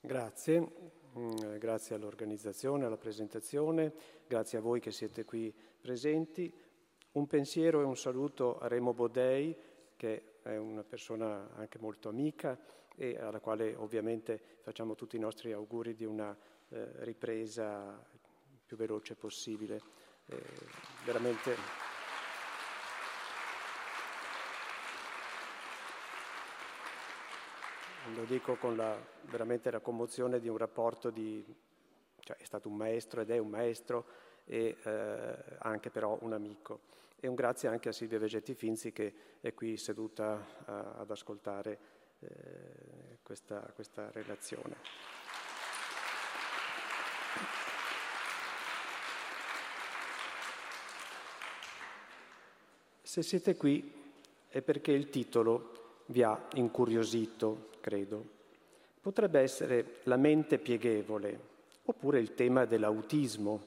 Grazie. Grazie all'organizzazione, alla presentazione, grazie a voi che siete qui presenti. Un pensiero e un saluto a Remo Bodei, che è una persona anche molto amica e alla quale ovviamente facciamo tutti i nostri auguri di una ripresa più veloce possibile. Veramente lo dico con veramente la commozione di un rapporto cioè è stato un maestro ed è un maestro e anche però un amico. E un grazie anche a Silvia Vegetti Finzi che è qui seduta ad ascoltare questa relazione. Se siete qui è perché il titolo vi ha incuriosito, credo. Potrebbe essere la mente pieghevole, oppure il tema dell'autismo.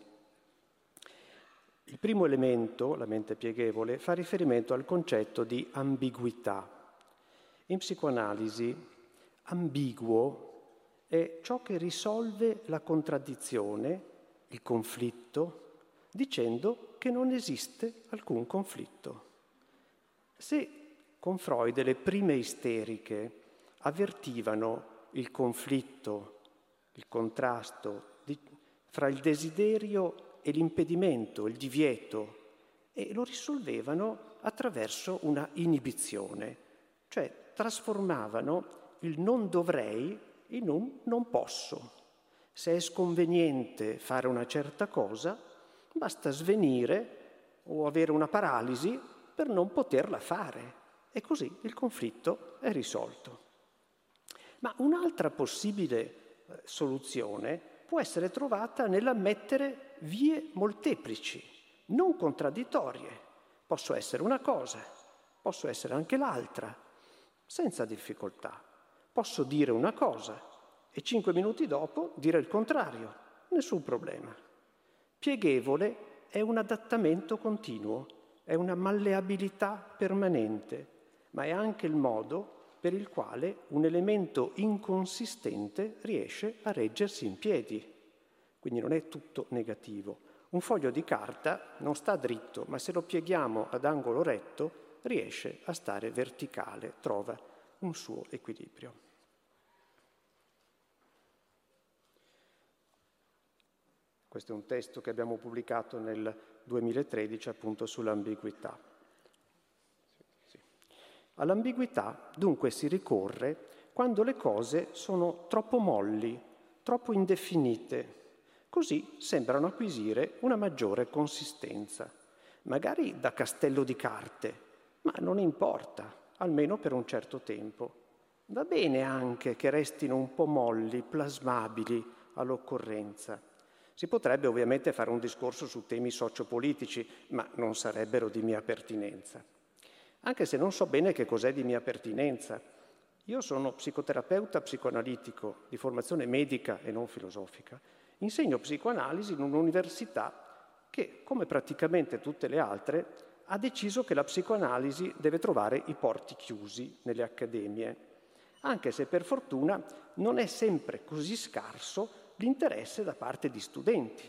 Il primo elemento, la mente pieghevole, fa riferimento al concetto di ambiguità. In psicoanalisi, ambiguo è ciò che risolve la contraddizione, il conflitto, dicendo che non esiste alcun conflitto. Se con Freud le prime isteriche avvertivano il conflitto, il contrasto fra il desiderio e l'impedimento, il divieto, e lo risolvevano attraverso una inibizione, cioè trasformavano il non dovrei in un non posso. Se è sconveniente fare una certa cosa, basta svenire o avere una paralisi per non poterla fare. E così il conflitto è risolto. Ma un'altra possibile soluzione può essere trovata nell'ammettere vie molteplici, non contraddittorie. Posso essere una cosa, posso essere anche l'altra, senza difficoltà. Posso dire una cosa e 5 minuti dopo dire il contrario, nessun problema. Pieghevole è un adattamento continuo, è una malleabilità permanente, ma è anche il modo per il quale un elemento inconsistente riesce a reggersi in piedi. Quindi non è tutto negativo. Un foglio di carta non sta dritto, ma se lo pieghiamo ad angolo retto riesce a stare verticale, trova un suo equilibrio. Questo è un testo che abbiamo pubblicato nel 2013 appunto sull'ambiguità. All'ambiguità dunque si ricorre quando le cose sono troppo molli, troppo indefinite, così sembrano acquisire una maggiore consistenza, magari da castello di carte, ma non importa, almeno per un certo tempo. Va bene anche che restino un po' molli, plasmabili all'occorrenza. Si potrebbe ovviamente fare un discorso su temi sociopolitici, ma non sarebbero di mia pertinenza. Anche se non so bene che cos'è di mia pertinenza. Io sono psicoterapeuta psicoanalitico di formazione medica e non filosofica. Insegno psicoanalisi in un'università che, come praticamente tutte le altre, ha deciso che la psicoanalisi deve trovare i porti chiusi nelle accademie, anche se per fortuna non è sempre così scarso l'interesse da parte di studenti.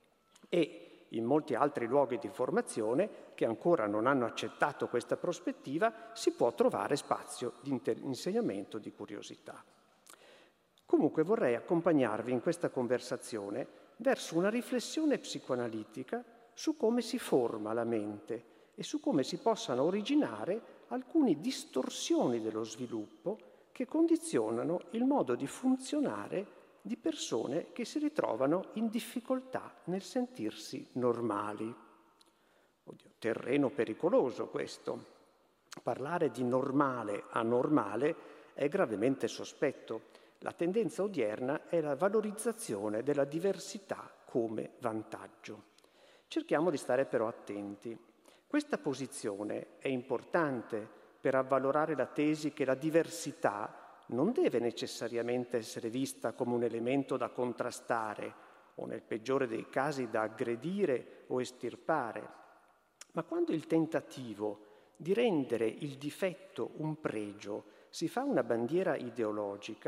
E in molti altri luoghi di formazione che ancora non hanno accettato questa prospettiva si può trovare spazio di insegnamento, di curiosità. Comunque vorrei accompagnarvi in questa conversazione verso una riflessione psicoanalitica su come si forma la mente e su come si possano originare alcune distorsioni dello sviluppo che condizionano il modo di funzionare di persone che si ritrovano in difficoltà nel sentirsi normali. Oddio, terreno pericoloso questo. Parlare di normale anormale è gravemente sospetto. La tendenza odierna è la valorizzazione della diversità come vantaggio. Cerchiamo di stare però attenti. Questa posizione è importante per avvalorare la tesi che la diversità non deve necessariamente essere vista come un elemento da contrastare o, nel peggiore dei casi, da aggredire o estirpare. Ma quando il tentativo di rendere il difetto un pregio si fa una bandiera ideologica,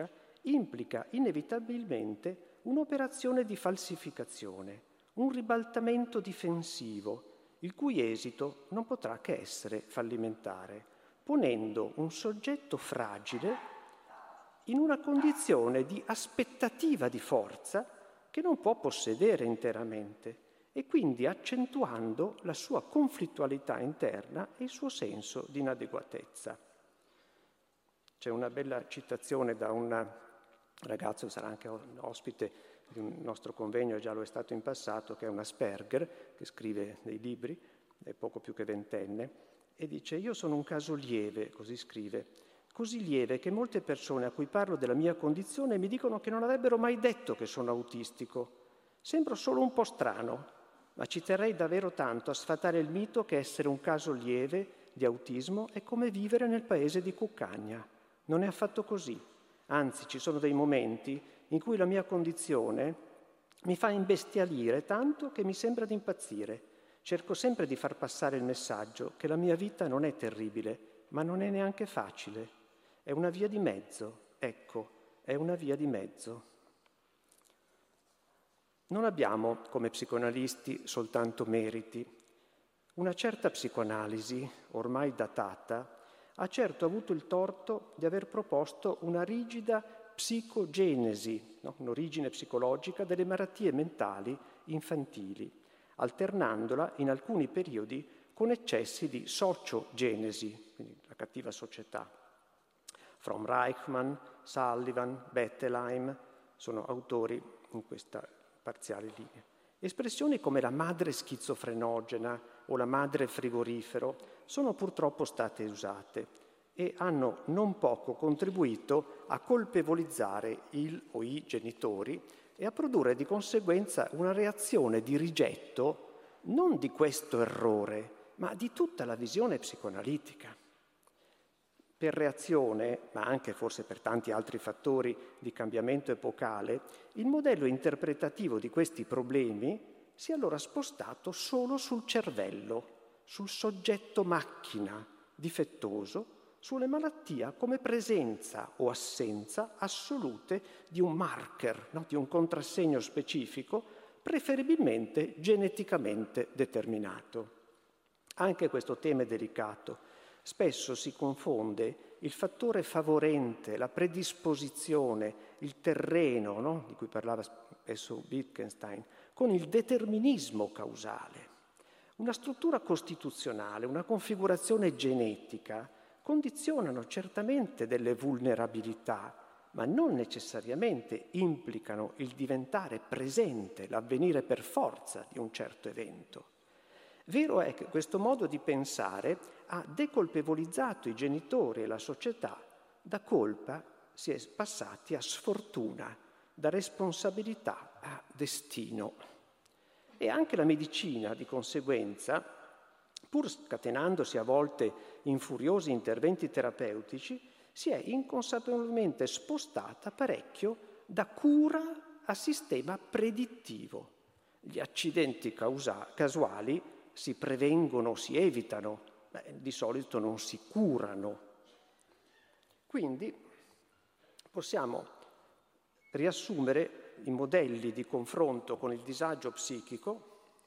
implica inevitabilmente un'operazione di falsificazione, un ribaltamento difensivo, il cui esito non potrà che essere fallimentare, ponendo un soggetto fragile in una condizione di aspettativa di forza che non può possedere interamente e quindi accentuando la sua conflittualità interna e il suo senso di inadeguatezza. C'è una bella citazione da un ragazzo, sarà anche ospite di un nostro convegno, già lo è stato in passato, che è un Asperger, che scrive dei libri, è poco più che ventenne, e dice: io sono un caso lieve, così scrive, così lieve che molte persone a cui parlo della mia condizione mi dicono che non avrebbero mai detto che sono autistico. Sembro solo un po' strano, ma ci terrei davvero tanto a sfatare il mito che essere un caso lieve di autismo è come vivere nel paese di Cuccagna. Non è affatto così. Anzi, ci sono dei momenti in cui la mia condizione mi fa imbestialire tanto che mi sembra di impazzire. Cerco sempre di far passare il messaggio che la mia vita non è terribile, ma non è neanche facile. È una via di mezzo, ecco, è una via di mezzo. Non abbiamo, come psicoanalisti, soltanto meriti. Una certa psicoanalisi, ormai datata, ha certo avuto il torto di aver proposto una rigida psicogenesi, no? Un'origine psicologica delle malattie mentali infantili, alternandola in alcuni periodi con eccessi di sociogenesi, quindi la cattiva società. From Reichmann, Sullivan, Bettelheim sono autori in questa parziale linea. Espressioni come la madre schizofrenogena o la madre frigorifero sono purtroppo state usate e hanno non poco contribuito a colpevolizzare il o i genitori e a produrre di conseguenza una reazione di rigetto non di questo errore, ma di tutta la visione psicoanalitica. Per reazione, ma anche forse per tanti altri fattori di cambiamento epocale, il modello interpretativo di questi problemi si è allora spostato solo sul cervello, sul soggetto macchina difettoso, sulle malattie come presenza o assenza assolute di un marker, no? Di un contrassegno specifico, preferibilmente geneticamente determinato. Anche questo tema è delicato. Spesso si confonde il fattore favorente, la predisposizione, il terreno, no? Di cui parlava spesso Wittgenstein, con il determinismo causale. Una struttura costituzionale, una configurazione genetica condizionano certamente delle vulnerabilità, ma non necessariamente implicano il diventare presente, l'avvenire per forza di un certo evento. Vero è che questo modo di pensare ha decolpevolizzato i genitori e la società. Da colpa si è passati a sfortuna, da responsabilità a destino. E anche la medicina, di conseguenza, pur scatenandosi a volte in furiosi interventi terapeutici, si è inconsapevolmente spostata parecchio da cura a sistema predittivo. Gli accidenti casuali si prevengono, si evitano, di solito non si curano. Quindi possiamo riassumere i modelli di confronto con il disagio psichico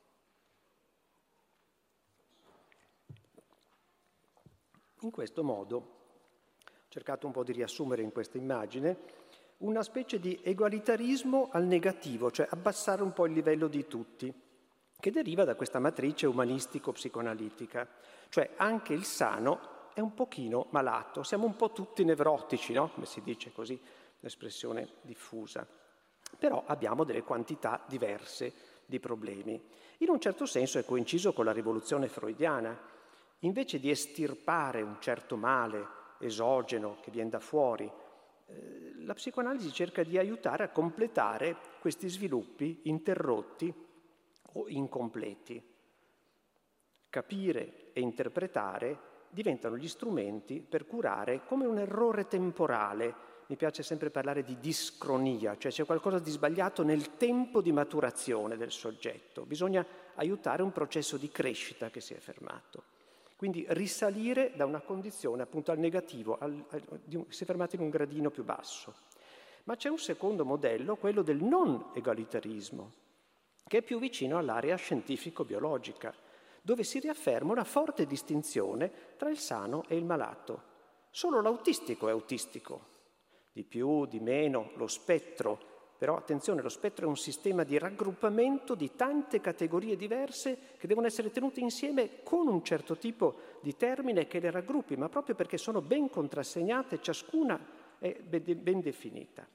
in questo modo. Ho cercato un po' di riassumere in questa immagine una specie di egualitarismo al negativo, cioè abbassare un po' il livello di tutti, che deriva da questa matrice umanistico-psicoanalitica. Cioè anche il sano è un pochino malato, siamo un po' tutti nevrotici, no? Come si dice così, l'espressione diffusa. Però abbiamo delle quantità diverse di problemi. In un certo senso è coinciso con la rivoluzione freudiana. Invece di estirpare un certo male esogeno che viene da fuori, la psicoanalisi cerca di aiutare a completare questi sviluppi interrotti o incompleti. Capire e interpretare diventano gli strumenti per curare come un errore temporale. Mi piace sempre parlare di discronia, cioè c'è qualcosa di sbagliato nel tempo di maturazione del soggetto. Bisogna aiutare un processo di crescita che si è fermato. Quindi risalire da una condizione appunto al negativo, si è fermato in un gradino più basso. Ma c'è un secondo modello, quello del non egalitarismo, che è più vicino all'area scientifico-biologica, dove si riafferma una forte distinzione tra il sano e il malato. Solo l'autistico è autistico, di più, di meno, lo spettro. Però attenzione, lo spettro è un sistema di raggruppamento di tante categorie diverse che devono essere tenute insieme con un certo tipo di termine che le raggruppi, ma proprio perché sono ben contrassegnate, ciascuna è ben definita.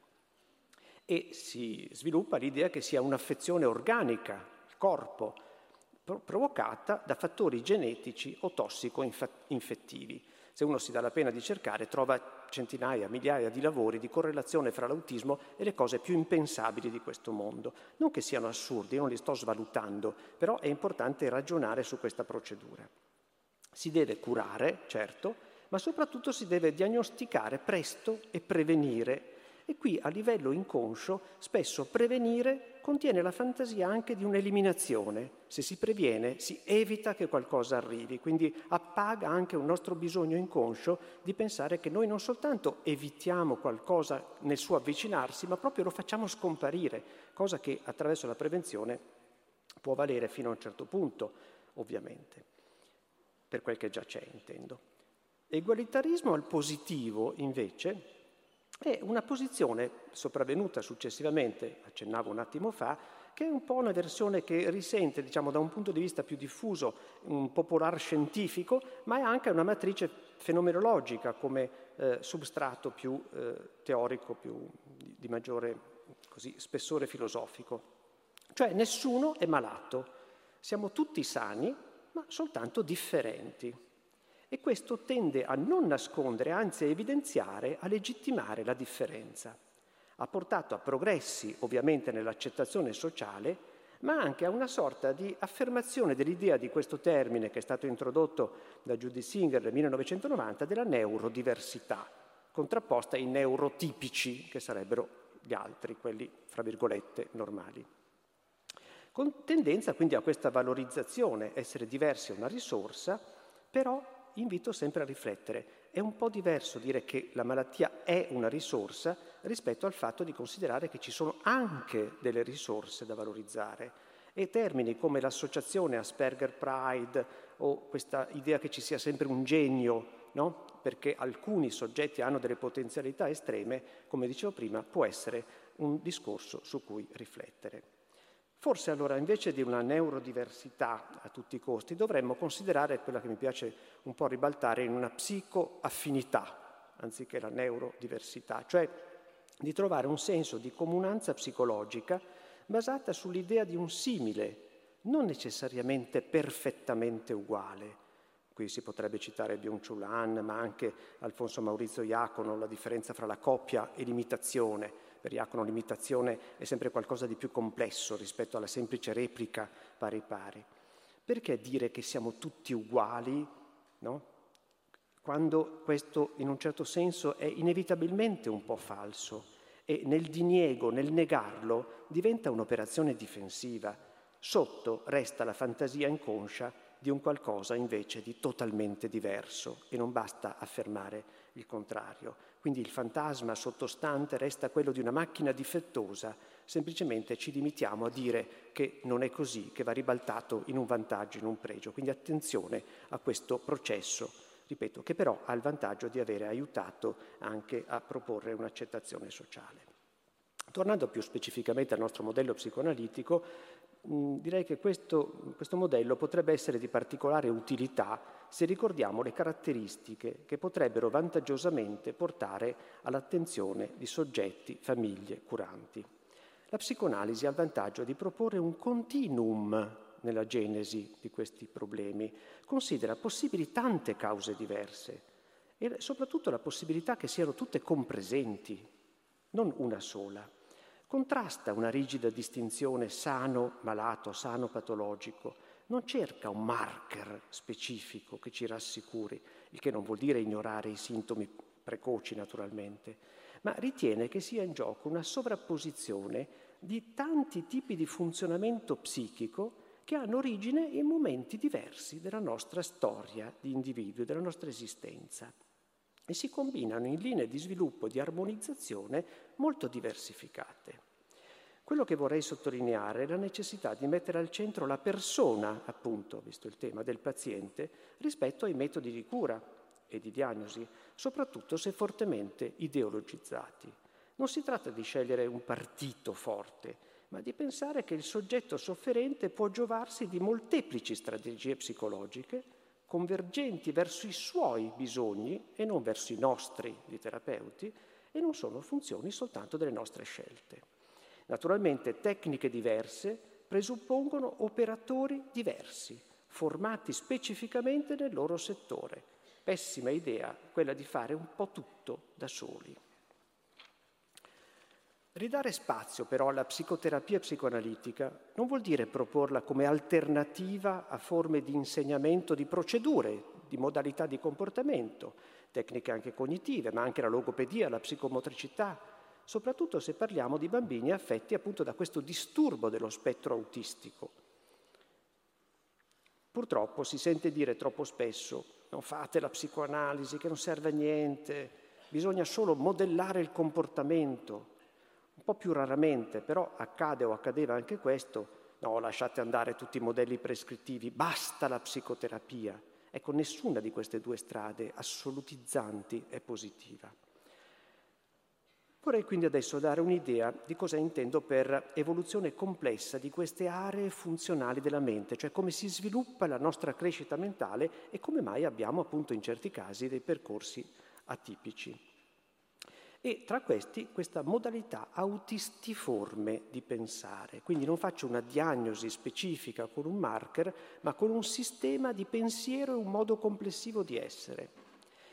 E si sviluppa l'idea che sia un'affezione organica, il corpo, provocata da fattori genetici o tossico-infettivi. Se uno si dà la pena di cercare, trova centinaia, migliaia di lavori di correlazione fra l'autismo e le cose più impensabili di questo mondo. Non che siano assurdi, non li sto svalutando, però è importante ragionare su questa procedura. Si deve curare, certo, ma soprattutto si deve diagnosticare presto e prevenire. E qui a livello inconscio spesso prevenire contiene la fantasia anche di un'eliminazione. Se si previene si evita che qualcosa arrivi, quindi appaga anche un nostro bisogno inconscio di pensare che noi non soltanto evitiamo qualcosa nel suo avvicinarsi, ma proprio lo facciamo scomparire, cosa che attraverso la prevenzione può valere fino a un certo punto, ovviamente, per quel che già c'è, intendo. Egualitarismo al positivo, invece, è una posizione sopravvenuta successivamente, accennavo un attimo fa, che è un po' una versione che risente, diciamo, da un punto di vista più diffuso, un popolar scientifico, ma è anche una matrice fenomenologica come substrato più teorico, più di maggiore così, spessore filosofico. Cioè nessuno è malato, siamo tutti sani, ma soltanto differenti. E questo tende a non nascondere, anzi a evidenziare, a legittimare la differenza. Ha portato a progressi, ovviamente, nell'accettazione sociale, ma anche a una sorta di affermazione dell'idea di questo termine che è stato introdotto da Judith Singer nel 1990, della neurodiversità, contrapposta ai neurotipici, che sarebbero gli altri, quelli, fra virgolette, normali. Con tendenza quindi a questa valorizzazione, essere diversi è una risorsa, però invito sempre a riflettere. È un po' diverso dire che la malattia è una risorsa rispetto al fatto di considerare che ci sono anche delle risorse da valorizzare. E termini come l'associazione Asperger Pride o questa idea che ci sia sempre un genio, no? Perché alcuni soggetti hanno delle potenzialità estreme, come dicevo prima, può essere un discorso su cui riflettere. Forse allora invece di una neurodiversità a tutti i costi dovremmo considerare quella che mi piace un po' ribaltare in una psicoaffinità anziché la neurodiversità, cioè di trovare un senso di comunanza psicologica basata sull'idea di un simile, non necessariamente perfettamente uguale. Qui si potrebbe citare Byung-Chul Han, ma anche Alfonso Maurizio Iacono, la differenza fra la coppia e l'imitazione. Per Iacono l'imitazione è sempre qualcosa di più complesso rispetto alla semplice replica pari pari. Perché dire che siamo tutti uguali, no? Quando questo in un certo senso è inevitabilmente un po' falso e nel diniego, nel negarlo, diventa un'operazione difensiva. Sotto resta la fantasia inconscia di un qualcosa invece di totalmente diverso e non basta affermare il contrario. Quindi il fantasma sottostante resta quello di una macchina difettosa, semplicemente ci limitiamo a dire che non è così, che va ribaltato in un vantaggio, in un pregio. Quindi attenzione a questo processo, ripeto, che però ha il vantaggio di avere aiutato anche a proporre un'accettazione sociale. Tornando più specificamente al nostro modello psicoanalitico, direi che questo modello potrebbe essere di particolare utilità se ricordiamo le caratteristiche che potrebbero vantaggiosamente portare all'attenzione di soggetti, famiglie, curanti. La psicoanalisi ha il vantaggio di proporre un continuum nella genesi di questi problemi, considera possibili tante cause diverse e soprattutto la possibilità che siano tutte compresenti, non una sola. Contrasta una rigida distinzione sano-malato, sano-patologico, non cerca un marker specifico che ci rassicuri, il che non vuol dire ignorare i sintomi precoci naturalmente, ma ritiene che sia in gioco una sovrapposizione di tanti tipi di funzionamento psichico che hanno origine in momenti diversi della nostra storia di individui, della nostra esistenza. e si combinano in linee di sviluppo e di armonizzazione molto diversificate. Quello che vorrei sottolineare è la necessità di mettere al centro la persona, appunto, visto il tema del paziente, rispetto ai metodi di cura e di diagnosi, soprattutto se fortemente ideologizzati. Non si tratta di scegliere un partito forte, ma di pensare che il soggetto sofferente può giovarsi di molteplici strategie psicologiche convergenti verso i suoi bisogni e non verso i nostri di terapeuti, e non sono funzioni soltanto delle nostre scelte. Naturalmente tecniche diverse presuppongono operatori diversi, formati specificamente nel loro settore. Pessima idea quella di fare un po' tutto da soli. Ridare spazio però alla psicoterapia psicoanalitica non vuol dire proporla come alternativa a forme di insegnamento di procedure, di modalità di comportamento, tecniche anche cognitive, ma anche la logopedia, la psicomotricità, soprattutto se parliamo di bambini affetti appunto da questo disturbo dello spettro autistico. Purtroppo si sente dire troppo spesso: non fate la psicoanalisi, che non serve a niente, bisogna solo modellare il comportamento. Un po' più raramente, però accade o accadeva anche questo: no, lasciate andare tutti i modelli prescrittivi, basta la psicoterapia. Ecco, nessuna di queste due strade assolutizzanti è positiva. Vorrei quindi adesso dare un'idea di cosa intendo per evoluzione complessa di queste aree funzionali della mente, cioè come si sviluppa la nostra crescita mentale e come mai abbiamo appunto in certi casi dei percorsi atipici. E tra questi questa modalità autistiforme di pensare, quindi non faccio una diagnosi specifica con un marker, ma con un sistema di pensiero e un modo complessivo di essere.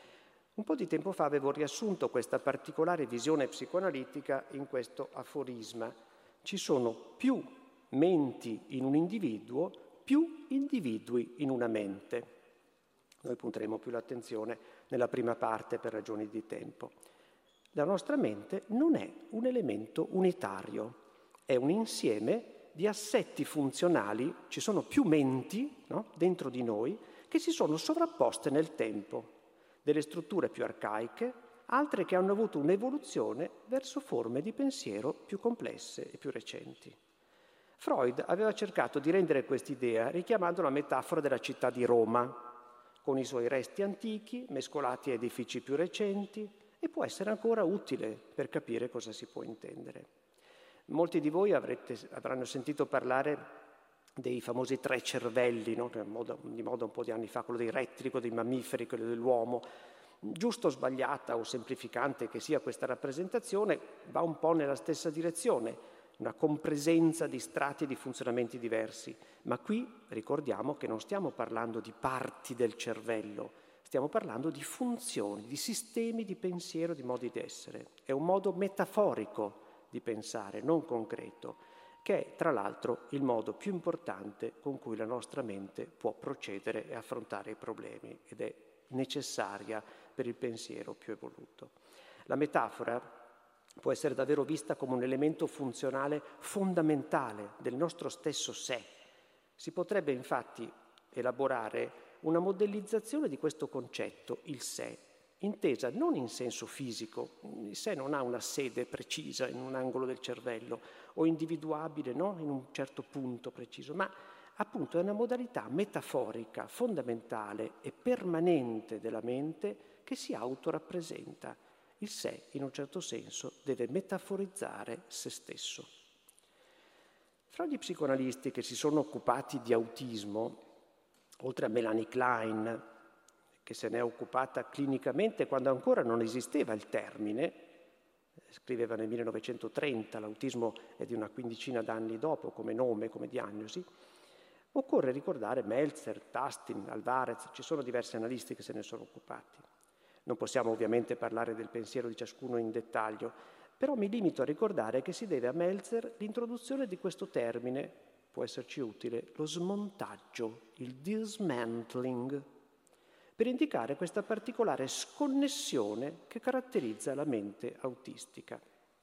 Un po' di tempo fa avevo riassunto questa particolare visione psicoanalitica in questo aforisma: ci sono più menti in un individuo, più individui in una mente. Noi punteremo più l'attenzione nella prima parte per ragioni di tempo. La nostra mente non è un elemento unitario, è un insieme di assetti funzionali, ci sono più menti, no, dentro di noi, che si sono sovrapposte nel tempo, delle strutture più arcaiche, altre che hanno avuto un'evoluzione verso forme di pensiero più complesse e più recenti. Freud aveva cercato di rendere quest'idea richiamando la metafora della città di Roma, con i suoi resti antichi mescolati a edifici più recenti, e può essere ancora utile per capire cosa si può intendere. Molti di voi avranno sentito parlare dei famosi 3 cervelli, no? Di moda un po' di anni fa, quello dei rettili, quello dei mammiferi, quello dell'uomo. Giusto o sbagliata o semplificante che sia questa rappresentazione, va un po' nella stessa direzione, una compresenza di strati e di funzionamenti diversi. Ma qui ricordiamo che non stiamo parlando di parti del cervello, stiamo parlando di funzioni, di sistemi di pensiero, di modi di essere. È un modo metaforico di pensare, non concreto, che è tra l'altro il modo più importante con cui la nostra mente può procedere e affrontare i problemi, ed è necessaria per il pensiero più evoluto. La metafora può essere davvero vista come un elemento funzionale fondamentale del nostro stesso sé. Si potrebbe infatti elaborare una modellizzazione di questo concetto, il sé, intesa non in senso fisico. Il sé non ha una sede precisa in un angolo del cervello o individuabile, no? In un certo punto preciso, ma appunto è una modalità metaforica, fondamentale e permanente della mente che si autorappresenta. Il sé, in un certo senso, deve metaforizzare se stesso. Fra gli psicoanalisti che si sono occupati di autismo, oltre a Melanie Klein, che se ne è occupata clinicamente quando ancora non esisteva il termine, scriveva nel 1930, l'autismo è di una quindicina d'anni dopo come nome, come diagnosi, occorre ricordare Meltzer, Tastin, Alvarez, ci sono diversi analisti che se ne sono occupati. Non possiamo ovviamente parlare del pensiero di ciascuno in dettaglio, però mi limito a ricordare che si deve a Meltzer l'introduzione di questo termine, può esserci utile, lo smontaggio, il dismantling, per indicare questa particolare sconnessione che caratterizza la mente autistica,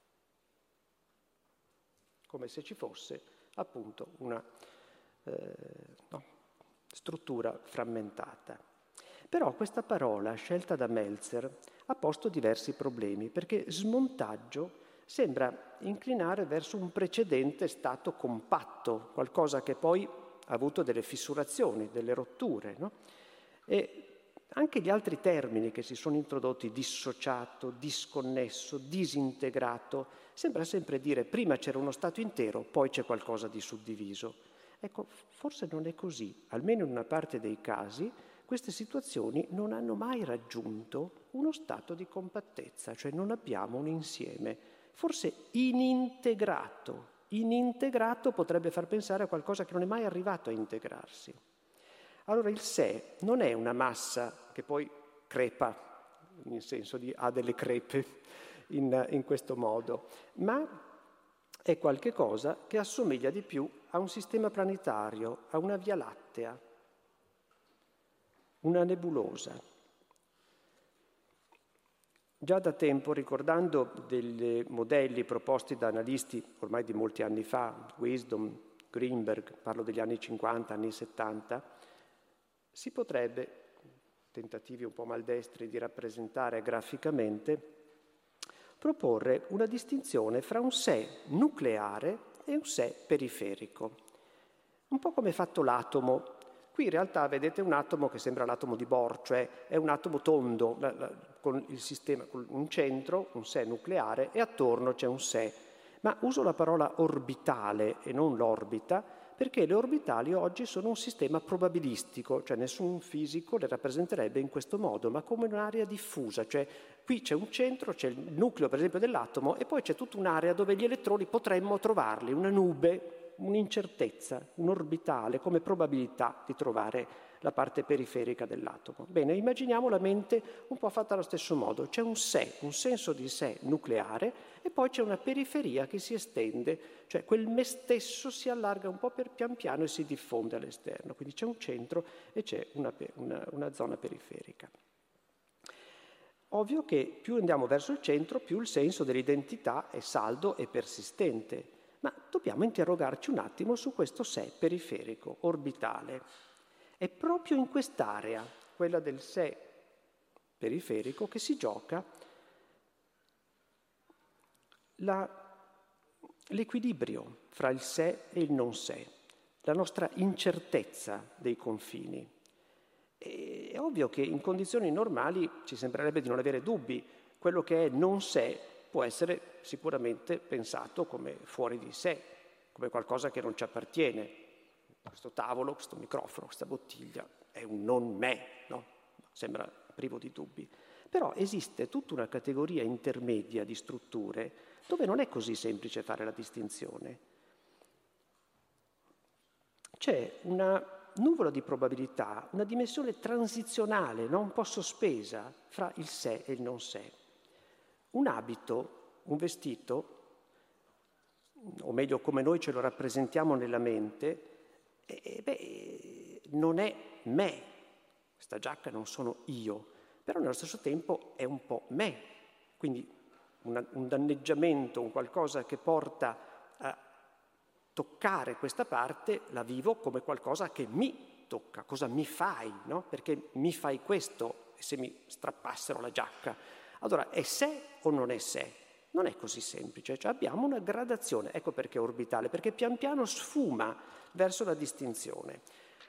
come se ci fosse appunto una struttura frammentata. Però questa parola, scelta da Meltzer, ha posto diversi problemi, perché smontaggio sembra inclinare verso un precedente stato compatto, qualcosa che poi ha avuto delle fissurazioni, delle rotture, no? E anche gli altri termini che si sono introdotti, dissociato, disconnesso, disintegrato, sembra sempre dire prima c'era uno stato intero, poi c'è qualcosa di suddiviso. Ecco, forse non è così, almeno in una parte dei casi queste situazioni non hanno mai raggiunto uno stato di compattezza, cioè non abbiamo un insieme, forse inintegrato. Inintegrato potrebbe far pensare a qualcosa che non è mai arrivato a integrarsi. Allora il sé non è una massa che poi crepa, nel senso di ha delle crepe in questo modo, ma è qualche cosa che assomiglia di più a un sistema planetario, a una via lattea, una nebulosa. Già da tempo, ricordando dei modelli proposti da analisti ormai di molti anni fa, Wisdom, Greenberg, parlo degli anni 50, anni 70, si potrebbe, tentativi un po' maldestri di rappresentare graficamente, proporre una distinzione fra un sé nucleare e un sé periferico. Un po' come è fatto l'atomo. Qui in realtà vedete un atomo che sembra l'atomo di Bohr, cioè è un atomo tondo, con il sistema, con un centro, un sé nucleare, e attorno c'è un sé. Ma uso la parola orbitale e non l'orbita, perché le orbitali oggi sono un sistema probabilistico, cioè nessun fisico le rappresenterebbe in questo modo, ma come un'area diffusa, cioè qui c'è un centro, c'è il nucleo per esempio dell'atomo e poi c'è tutta un'area dove gli elettroni potremmo trovarli, una nube, un'incertezza, un orbitale come probabilità di trovare la parte periferica dell'atomo. Bene, immaginiamo la mente un po' fatta allo stesso modo. C'è un sé, un senso di sé nucleare e poi c'è una periferia che si estende, cioè quel me stesso si allarga un po' pian piano e si diffonde all'esterno. Quindi c'è un centro e c'è una zona periferica. Ovvio che più andiamo verso il centro, più il senso dell'identità è saldo e persistente. Ma dobbiamo interrogarci un attimo su questo sé periferico, orbitale. È proprio in quest'area, quella del sé periferico, che si gioca l'equilibrio fra il sé e il non sé, la nostra incertezza dei confini. È ovvio che in condizioni normali ci sembrerebbe di non avere dubbi. Quello che è non sé può essere sicuramente pensato come fuori di sé, come qualcosa che non ci appartiene. Questo tavolo, questo microfono, questa bottiglia è un non me, no? Sembra privo di dubbi. Però esiste tutta una categoria intermedia di strutture dove non è così semplice fare la distinzione. C'è una nuvola di probabilità, una dimensione transizionale, no? Un po' sospesa fra il sé e il non sé. Un abito, un vestito, o meglio come noi ce lo rappresentiamo nella mente, non è me, questa giacca non sono io, però nello stesso tempo è un po' me, quindi un danneggiamento, un qualcosa che porta a toccare questa parte, la vivo come qualcosa che mi tocca, cosa mi fai, no? Perché mi fai questo e se mi strappassero la giacca? Allora, è sé o non è sé? Non è così semplice, cioè abbiamo una gradazione, ecco perché è orbitale, perché pian piano sfuma verso la distinzione.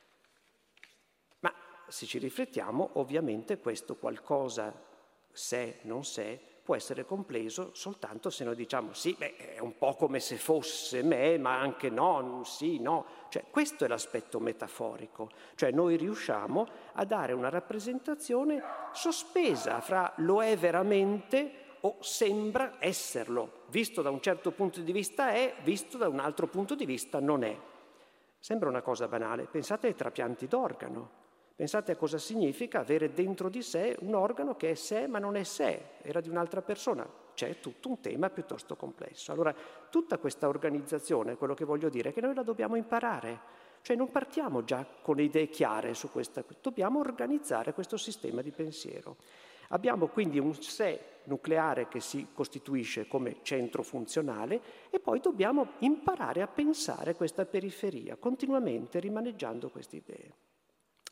Ma se ci riflettiamo, ovviamente questo qualcosa, sé, non sé, può essere compreso soltanto se noi diciamo sì, è un po' come se fosse me, ma anche no, sì, no. Cioè questo è l'aspetto metaforico, cioè noi riusciamo a dare una rappresentazione sospesa fra lo è veramente o sembra esserlo. Visto da un certo punto di vista è, visto da un altro punto di vista non è. Sembra una cosa banale, pensate ai trapianti d'organo. Pensate a cosa significa avere dentro di sé un organo che è sé ma non è sé, era di un'altra persona. C'è tutto un tema piuttosto complesso. Allora, tutta questa organizzazione, quello che voglio dire è che noi la dobbiamo imparare. Cioè non partiamo già con le idee chiare su questa, dobbiamo organizzare questo sistema di pensiero. Abbiamo quindi un sé nucleare che si costituisce come centro funzionale e poi dobbiamo imparare a pensare questa periferia, continuamente rimaneggiando queste idee.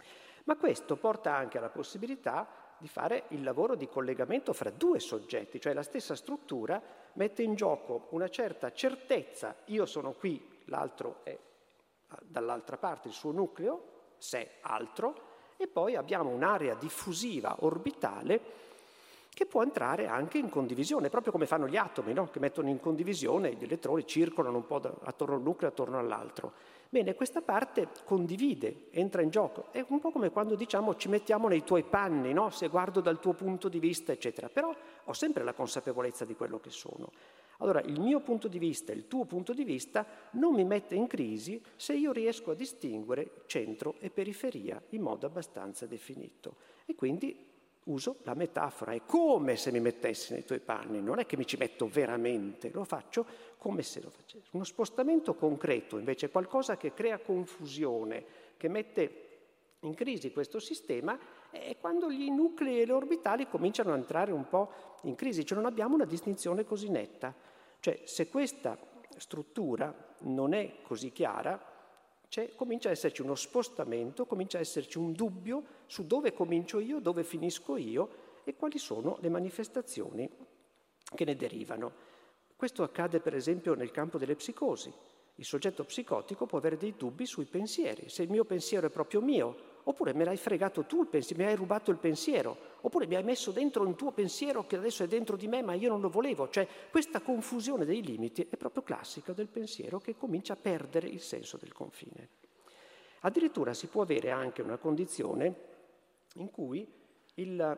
Ma questo porta anche alla possibilità di fare il lavoro di collegamento fra due soggetti, cioè la stessa struttura mette in gioco una certa certezza, io sono qui, l'altro è dall'altra parte, il suo nucleo, sé altro, e poi abbiamo un'area diffusiva orbitale che può entrare anche in condivisione, proprio come fanno gli atomi, no? Che mettono in condivisione, gli elettroni circolano un po' attorno al nucleo, attorno all'altro. Bene, questa parte condivide, entra in gioco. È un po' come quando diciamo ci mettiamo nei tuoi panni, no? Se guardo dal tuo punto di vista, eccetera. Però ho sempre la consapevolezza di quello che sono. Allora, il mio punto di vista, il tuo punto di vista, non mi mette in crisi se io riesco a distinguere centro e periferia in modo abbastanza definito. E quindi uso la metafora, è come se mi mettessi nei tuoi panni, non è che mi ci metto veramente, lo faccio come se lo facessi. Uno spostamento concreto, invece, qualcosa che crea confusione, che mette in crisi questo sistema, è quando gli nuclei e le orbitali cominciano a entrare un po' in crisi, cioè non abbiamo una distinzione così netta. Cioè, se questa struttura non è così chiara, comincia a esserci uno spostamento, comincia a esserci un dubbio su dove comincio io, dove finisco io e quali sono le manifestazioni che ne derivano. Questo accade per esempio nel campo delle psicosi. Il soggetto psicotico può avere dei dubbi sui pensieri, se il mio pensiero è proprio mio, oppure me l'hai fregato tu il pensiero, mi hai rubato il pensiero, oppure mi hai messo dentro un tuo pensiero che adesso è dentro di me ma io non lo volevo. Cioè questa confusione dei limiti è proprio classica del pensiero che comincia a perdere il senso del confine. Addirittura si può avere anche una condizione in cui il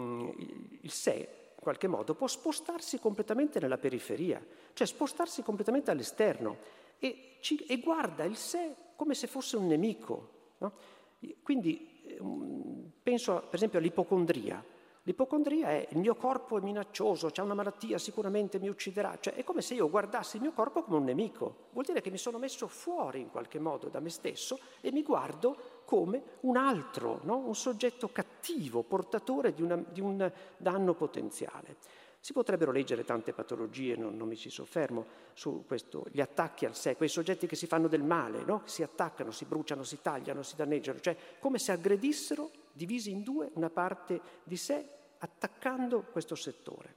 sé in qualche modo può spostarsi completamente nella periferia, cioè spostarsi completamente all'esterno e guarda il sé come se fosse un nemico, no? Quindi penso per esempio all'ipocondria. L'ipocondria è il mio corpo è minaccioso, c'è una malattia, sicuramente mi ucciderà. Cioè è come se io guardassi il mio corpo come un nemico. Vuol dire che mi sono messo fuori in qualche modo da me stesso e mi guardo come un altro, no? Un soggetto cattivo, portatore di un danno potenziale. Si potrebbero leggere tante patologie, non mi ci soffermo su questo, gli attacchi al sé, quei soggetti che si fanno del male, no? Si attaccano, si bruciano, si tagliano, si danneggiano, cioè come se aggredissero, divisi in due, una parte di sé, attaccando questo settore.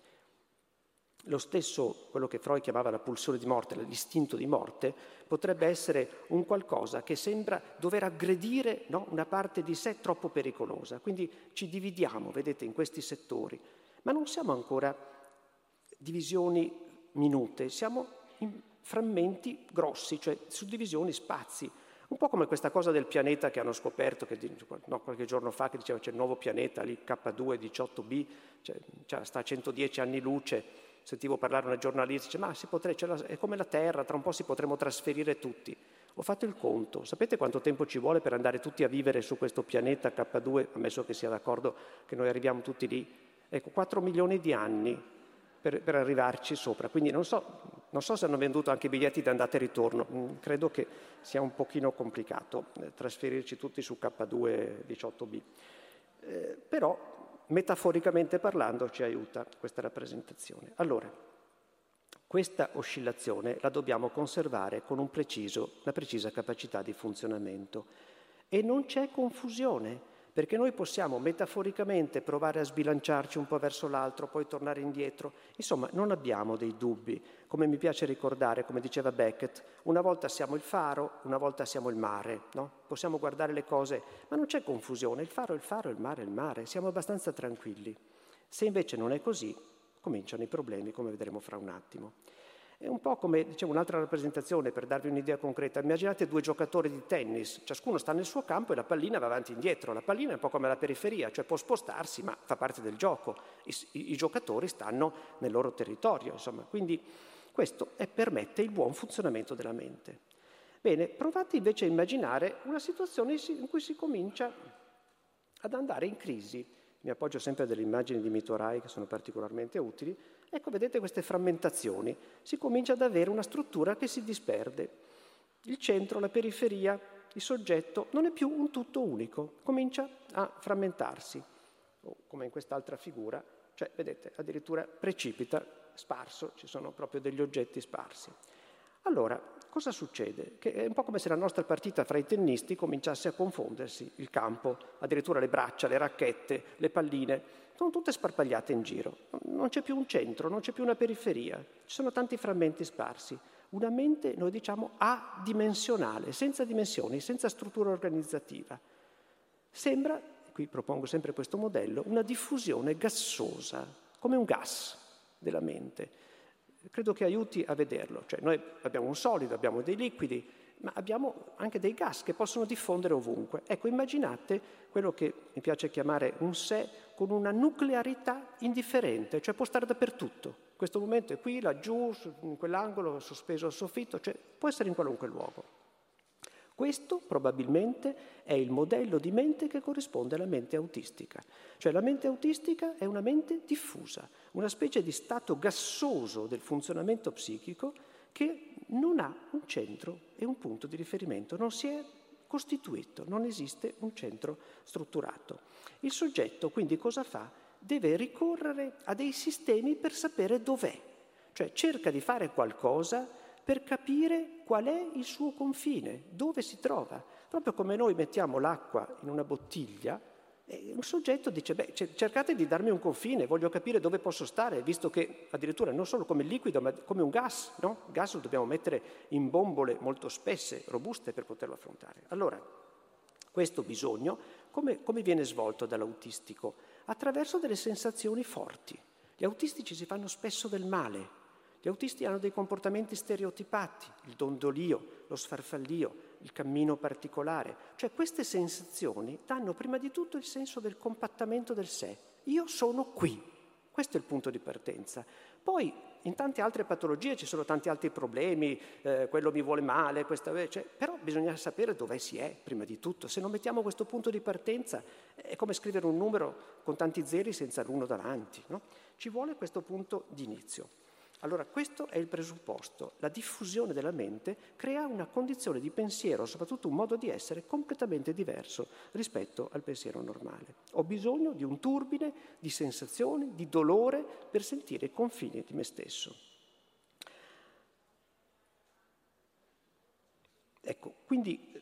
Lo stesso, quello che Freud chiamava la pulsione di morte, l'istinto di morte, potrebbe essere un qualcosa che sembra dover aggredire, no? Una parte di sé troppo pericolosa. Quindi ci dividiamo, vedete, in questi settori. Ma non siamo ancora divisioni minute, siamo in frammenti grossi, cioè suddivisioni, spazi. Un po' come questa cosa del pianeta che hanno scoperto qualche giorno fa, che diceva c'è il nuovo pianeta, lì K2 18b, sta a 110 anni luce. Sentivo parlare una giornalista, dice, ma è come la Terra, tra un po' si potremo trasferire tutti. Ho fatto il conto, sapete quanto tempo ci vuole per andare tutti a vivere su questo pianeta K2, ammesso che sia d'accordo che noi arriviamo tutti lì? Ecco, 4 milioni di anni per arrivarci sopra, quindi non so se hanno venduto anche i biglietti d'andata e ritorno, credo che sia un pochino complicato trasferirci tutti su K2 18b, però metaforicamente parlando ci aiuta questa rappresentazione. Allora, questa oscillazione la dobbiamo conservare con una precisa capacità di funzionamento e non c'è confusione, perché noi possiamo metaforicamente provare a sbilanciarci un po' verso l'altro, poi tornare indietro. Insomma, non abbiamo dei dubbi. Come mi piace ricordare, come diceva Beckett, una volta siamo il faro, una volta siamo il mare, no? Possiamo guardare le cose, ma non c'è confusione. Il faro è il faro, il mare è il mare. Siamo abbastanza tranquilli. Se invece non è così, cominciano i problemi, come vedremo fra un attimo. È un po' come, dicevo, un'altra rappresentazione per darvi un'idea concreta. Immaginate due giocatori di tennis, ciascuno sta nel suo campo e la pallina va avanti e indietro. La pallina è un po' come la periferia, cioè può spostarsi, ma fa parte del gioco. I giocatori stanno nel loro territorio, insomma. Quindi questo permette il buon funzionamento della mente. Bene, provate invece a immaginare una situazione in cui si comincia ad andare in crisi. Mi appoggio sempre a delle immagini di Mito Rai che sono particolarmente utili. Ecco, vedete queste frammentazioni. Si comincia ad avere una struttura che si disperde. Il centro, la periferia, il soggetto non è più un tutto unico, comincia a frammentarsi. O come in quest'altra figura, cioè, vedete, addirittura precipita, sparso, ci sono proprio degli oggetti sparsi. Allora, cosa succede? Che è un po' come se la nostra partita fra i tennisti cominciasse a confondersi, il campo, addirittura le braccia, le racchette, le palline, sono tutte sparpagliate in giro. Non c'è più un centro, non c'è più una periferia, ci sono tanti frammenti sparsi. Una mente, noi diciamo, adimensionale, senza dimensioni, senza struttura organizzativa. Sembra, qui propongo sempre questo modello, una diffusione gassosa, come un gas della mente. Credo che aiuti a vederlo, cioè noi abbiamo un solido, abbiamo dei liquidi, ma abbiamo anche dei gas che possono diffondere ovunque. Ecco, immaginate quello che mi piace chiamare un sé con una nuclearità indifferente, cioè può stare dappertutto. In questo momento è qui, laggiù, in quell'angolo, sospeso al soffitto, cioè può essere in qualunque luogo. Questo probabilmente è il modello di mente che corrisponde alla mente autistica. Cioè la mente autistica è una mente diffusa, una specie di stato gassoso del funzionamento psichico che non ha un centro e un punto di riferimento, non si è costituito, non esiste un centro strutturato. Il soggetto quindi cosa fa? Deve ricorrere a dei sistemi per sapere dov'è, cioè cerca di fare qualcosa per capire qual è il suo confine, dove si trova. Proprio come noi mettiamo l'acqua in una bottiglia, un soggetto dice, cercate di darmi un confine, voglio capire dove posso stare, visto che addirittura non solo come liquido, ma come un gas, no? Il gas lo dobbiamo mettere in bombole molto spesse, robuste per poterlo affrontare. Allora, questo bisogno, come viene svolto dall'autistico? Attraverso delle sensazioni forti. Gli autistici si fanno spesso del male. Gli autisti hanno dei comportamenti stereotipati, il dondolio, lo sfarfallio, il cammino particolare. Cioè queste sensazioni danno prima di tutto il senso del compattamento del sé. Io sono qui. Questo è il punto di partenza. Poi in tante altre patologie ci sono tanti altri problemi, quello mi vuole male, però bisogna sapere dove si è prima di tutto. Se non mettiamo questo punto di partenza è come scrivere un numero con tanti zeri senza l'uno davanti, no? Ci vuole questo punto di inizio. Allora questo è il presupposto. La diffusione della mente crea una condizione di pensiero, soprattutto un modo di essere completamente diverso rispetto al pensiero normale. Ho bisogno di un turbine di sensazioni, di dolore per sentire i confini di me stesso. Ecco, quindi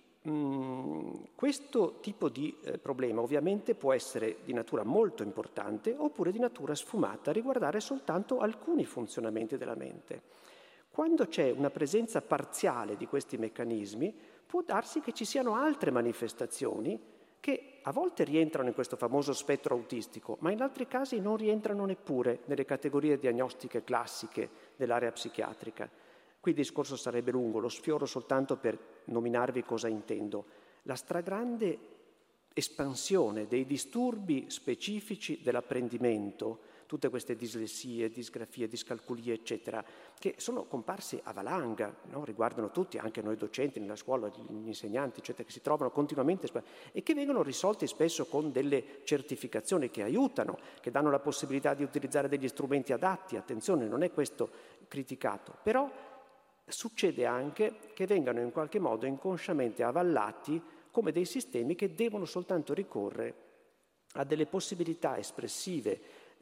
questo tipo di problema ovviamente può essere di natura molto importante oppure di natura sfumata, riguardare soltanto alcuni funzionamenti della mente. Quando c'è una presenza parziale di questi meccanismi, può darsi che ci siano altre manifestazioni che a volte rientrano in questo famoso spettro autistico, ma in altri casi non rientrano neppure nelle categorie diagnostiche classiche dell'area psichiatrica. Qui il discorso sarebbe lungo, lo sfioro soltanto per nominarvi cosa intendo. La stragrande espansione dei disturbi specifici dell'apprendimento, tutte queste dislessie, disgrafie, discalculie, eccetera, che sono comparsi a valanga, no? Riguardano tutti, anche noi docenti nella scuola, gli insegnanti, eccetera, che si trovano continuamente e che vengono risolti spesso con delle certificazioni che aiutano, che danno la possibilità di utilizzare degli strumenti adatti. Attenzione, non è questo criticato, però succede anche che vengano in qualche modo inconsciamente avallati come dei sistemi che devono soltanto ricorrere a delle possibilità espressive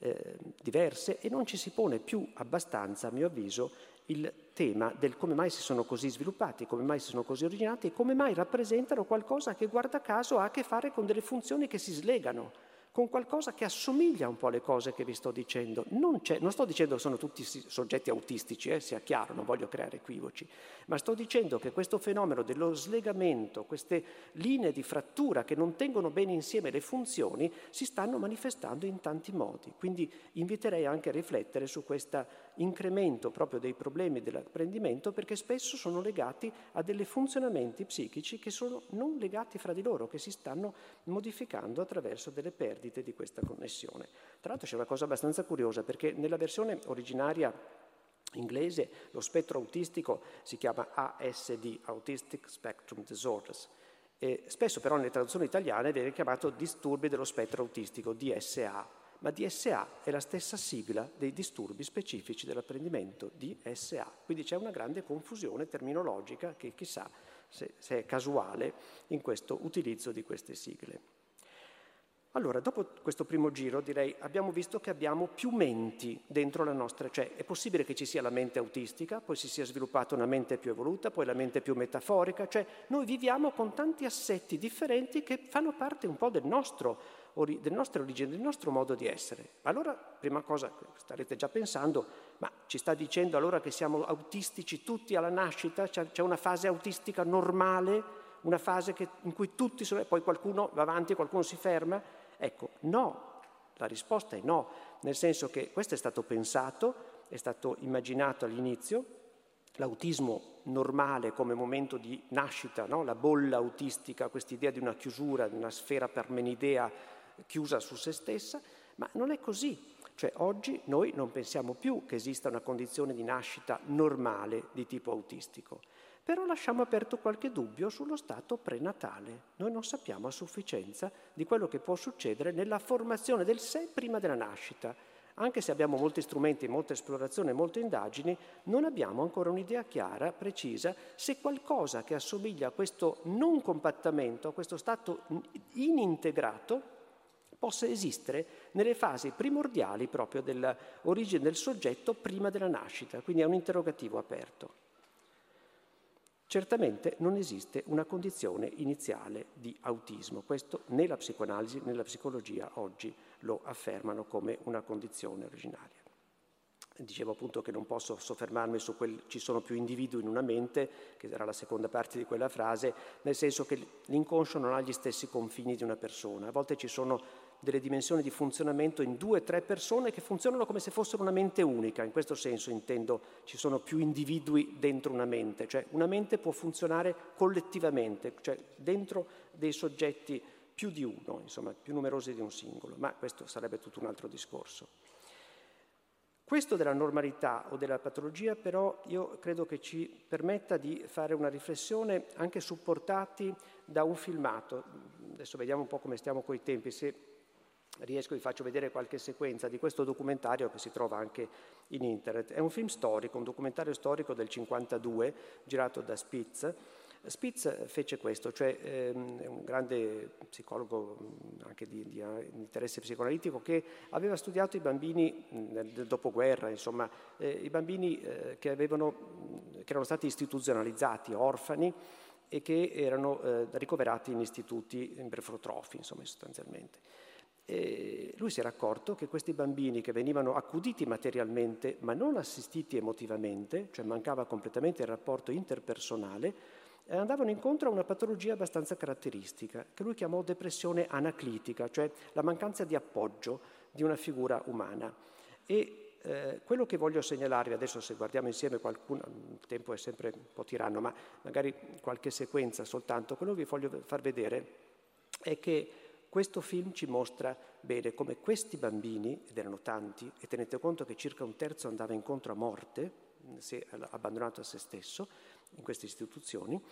diverse e non ci si pone più abbastanza, a mio avviso, il tema del come mai si sono così sviluppati, come mai si sono così originati e come mai rappresentano qualcosa che, guarda caso, ha a che fare con delle funzioni che si slegano, con qualcosa che assomiglia un po' alle cose che vi sto dicendo. Non sto dicendo che sono tutti soggetti autistici, sia chiaro, non voglio creare equivoci, ma sto dicendo che questo fenomeno dello slegamento, queste linee di frattura che non tengono bene insieme le funzioni, si stanno manifestando in tanti modi. Quindi inviterei anche a riflettere su questo incremento proprio dei problemi dell'apprendimento, perché spesso sono legati a dei funzionamenti psichici che sono non legati fra di loro, che si stanno modificando attraverso delle perdite di questa connessione. Tra l'altro c'è una cosa abbastanza curiosa, perché nella versione originaria inglese lo spettro autistico si chiama ASD, Autistic Spectrum Disorders, e spesso però nelle traduzioni italiane viene chiamato disturbi dello spettro autistico, DSA, ma DSA è la stessa sigla dei disturbi specifici dell'apprendimento, DSA, quindi c'è una grande confusione terminologica che chissà se è casuale in questo utilizzo di queste sigle. Allora, dopo questo primo giro, direi, abbiamo visto che abbiamo più menti dentro la nostra, cioè è possibile che ci sia la mente autistica, poi si sia sviluppata una mente più evoluta, poi la mente più metaforica, cioè noi viviamo con tanti assetti differenti che fanno parte un po' delle nostre origini, del nostro modo di essere. Allora, prima cosa, starete già pensando, ma ci sta dicendo allora che siamo autistici tutti alla nascita? C'è una fase autistica normale? Una fase in cui tutti sono, poi qualcuno va avanti e qualcuno si ferma? Ecco, no, la risposta è no, nel senso che questo è stato pensato, è stato immaginato all'inizio, l'autismo normale come momento di nascita, no? La bolla autistica, quest'idea di una chiusura, di una sfera parmenidea chiusa su se stessa, ma non è così. Cioè oggi noi non pensiamo più che esista una condizione di nascita normale di tipo autistico. Però lasciamo aperto qualche dubbio sullo stato prenatale. Noi non sappiamo a sufficienza di quello che può succedere nella formazione del sé prima della nascita. Anche se abbiamo molti strumenti, molta esplorazione, molte indagini, non abbiamo ancora un'idea chiara, precisa, se qualcosa che assomiglia a questo non compattamento, a questo stato inintegrato, possa esistere nelle fasi primordiali proprio dell'origine del soggetto prima della nascita. Quindi è un interrogativo aperto. Certamente non esiste una condizione iniziale di autismo, questo né la psicoanalisi né la psicologia oggi lo affermano come una condizione originaria. Dicevo appunto che non posso soffermarmi su ci sono più individui in una mente, che era la seconda parte di quella frase, nel senso che l'inconscio non ha gli stessi confini di una persona. A volte ci sono delle dimensioni di funzionamento in 2 o 3 persone che funzionano come se fossero una mente unica. In questo senso intendo ci sono più individui dentro una mente, cioè una mente può funzionare collettivamente, cioè dentro dei soggetti più di uno, insomma più numerosi di un singolo, ma questo sarebbe tutto un altro discorso. Questo della normalità o della patologia però io credo che ci permetta di fare una riflessione anche supportati da un filmato. Adesso vediamo un po' come stiamo coi tempi, se riesco vi faccio vedere qualche sequenza di questo documentario che si trova anche in internet. È un film storico, un documentario storico del 52 girato da Spitz. Spitz fece questo, cioè è un grande psicologo anche di interesse psicoanalitico che aveva studiato i bambini del dopoguerra, insomma i bambini che erano stati istituzionalizzati, orfani e che erano ricoverati in istituti imbrofotrofi, insomma sostanzialmente. E lui si era accorto che questi bambini che venivano accuditi materialmente ma non assistiti emotivamente, cioè mancava completamente il rapporto interpersonale, andavano incontro a una patologia abbastanza caratteristica, che lui chiamò depressione anaclitica, cioè la mancanza di appoggio di una figura umana. E quello che voglio segnalarvi, adesso se guardiamo insieme qualcuno, il tempo è sempre un po' tiranno, ma magari qualche sequenza soltanto, quello che vi voglio far vedere è che questo film ci mostra bene come questi bambini, ed erano tanti, e tenete conto che circa un terzo andava incontro a morte, se abbandonato a se stesso, in queste istituzioni,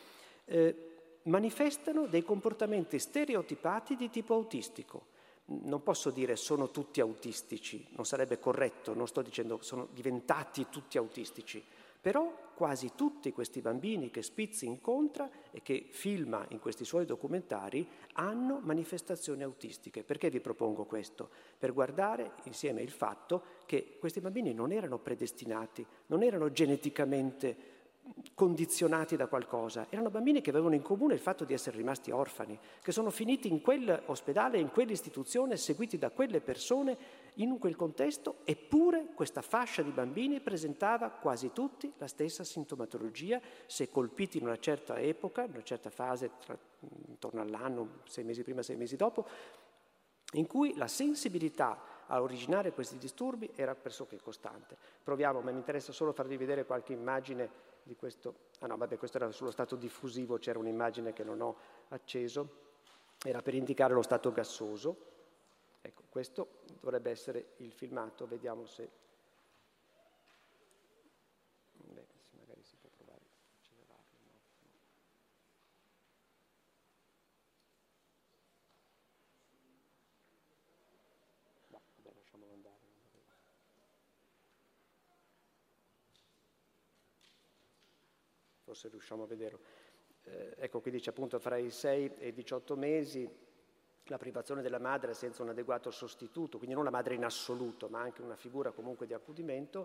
manifestano dei comportamenti stereotipati di tipo autistico. Non posso dire sono tutti autistici, non sarebbe corretto, non sto dicendo sono diventati tutti autistici, però quasi tutti questi bambini che Spitz incontra e che filma in questi suoi documentari hanno manifestazioni autistiche. Perché vi propongo questo? Per guardare insieme il fatto che questi bambini non erano predestinati, non erano geneticamente condizionati da qualcosa, erano bambini che avevano in comune il fatto di essere rimasti orfani, che sono finiti in quell'ospedale, in quell'istituzione, seguiti da quelle persone in quel contesto, eppure questa fascia di bambini presentava quasi tutti la stessa sintomatologia, se colpiti in una certa epoca, in una certa fase, intorno all'anno, 6 mesi prima, 6 mesi dopo, in cui la sensibilità a originare questi disturbi era pressoché costante. Proviamo, ma mi interessa solo farvi vedere qualche immagine di questo. Ah no, vabbè, questo era sullo stato diffusivo, c'era un'immagine che non ho acceso, era per indicare lo stato gassoso. Ecco, questo dovrebbe essere il filmato, vediamo se... Beh, magari si può provare a accelerarlo. No. Vabbè, lasciamolo andare. Forse riusciamo a vederlo. Ecco, qui dice appunto fra i 6 e i 18 mesi la privazione della madre senza un adeguato sostituto, quindi non la madre in assoluto, ma anche una figura comunque di accudimento,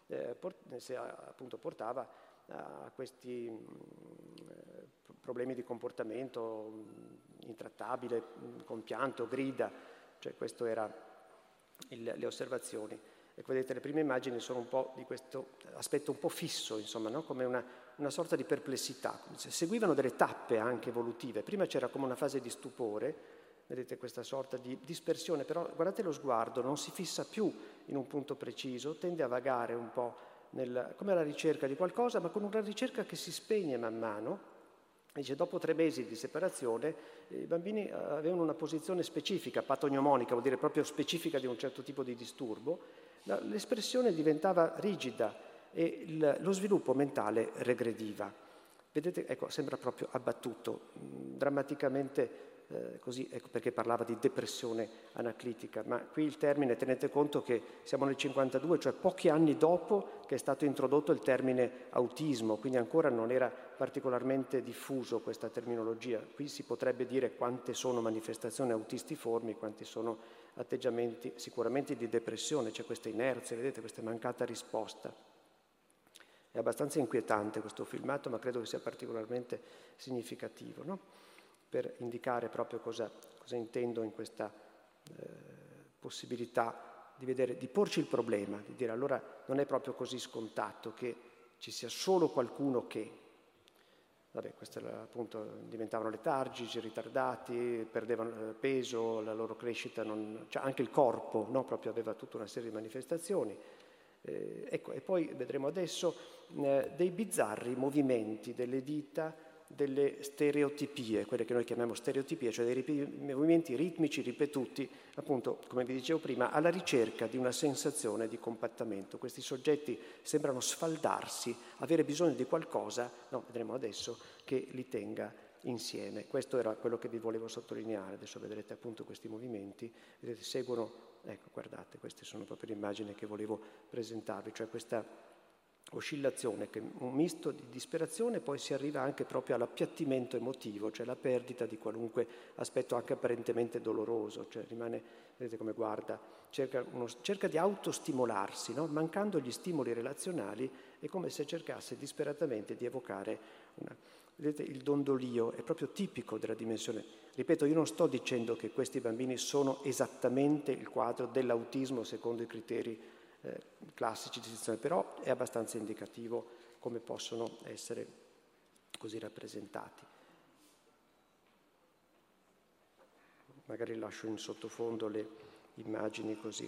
appunto portava a questi problemi di comportamento intrattabile, compianto, grida, cioè questo era le osservazioni. Ecco, vedete, le prime immagini sono un po' di questo aspetto un po' fisso, insomma, no? Come una sorta di perplessità. Seguivano delle tappe anche evolutive. Prima c'era come una fase di stupore, vedete questa sorta di dispersione, però guardate lo sguardo, non si fissa più in un punto preciso, tende a vagare un po' come alla ricerca di qualcosa, ma con una ricerca che si spegne man mano. Dice, dopo 3 mesi di separazione i bambini avevano una posizione specifica, patognomonica, vuol dire proprio specifica di un certo tipo di disturbo, l'espressione diventava rigida e lo sviluppo mentale regrediva. Vedete, ecco, sembra proprio abbattuto, drammaticamente così, ecco perché parlava di depressione anaclitica, ma qui il termine, tenete conto che siamo nel 52, cioè pochi anni dopo che è stato introdotto il termine autismo, quindi ancora non era particolarmente diffuso questa terminologia. Qui si potrebbe dire quante sono manifestazioni autistiformi, quanti sono atteggiamenti sicuramente di depressione, c'è questa inerzia, vedete, questa mancata risposta. È abbastanza inquietante questo filmato, ma credo che sia particolarmente significativo, no? Per indicare proprio cosa intendo in questa possibilità di vedere, di porci il problema, di dire allora non è proprio così scontato che ci sia solo qualcuno che, vabbè, questo appunto diventavano letargici, ritardati, perdevano peso, la loro crescita, cioè anche il corpo, no? Proprio aveva tutta una serie di manifestazioni. Ecco, e poi vedremo adesso dei bizzarri movimenti delle dita, delle stereotipie, quelle che noi chiamiamo stereotipie, cioè dei movimenti ritmici ripetuti, appunto, come vi dicevo prima, alla ricerca di una sensazione di compattamento. Questi soggetti sembrano sfaldarsi, avere bisogno di qualcosa, no, vedremo adesso, che li tenga insieme. Questo era quello che vi volevo sottolineare. Adesso vedrete appunto questi movimenti, vedete, seguono, ecco, guardate, queste sono proprio le immagini che volevo presentarvi, cioè questa oscillazione, che un misto di disperazione, poi si arriva anche proprio all'appiattimento emotivo, cioè la perdita di qualunque aspetto anche apparentemente doloroso, cioè rimane, vedete come guarda, cerca di autostimolarsi, no? Mancando gli stimoli relazionali è come se cercasse disperatamente di evocare vedete, il dondolio è proprio tipico della dimensione. Ripeto, io non sto dicendo che questi bambini sono esattamente il quadro dell'autismo secondo i criteri classici di distinzione, però è abbastanza indicativo come possono essere così rappresentati. Magari lascio in sottofondo le immagini così.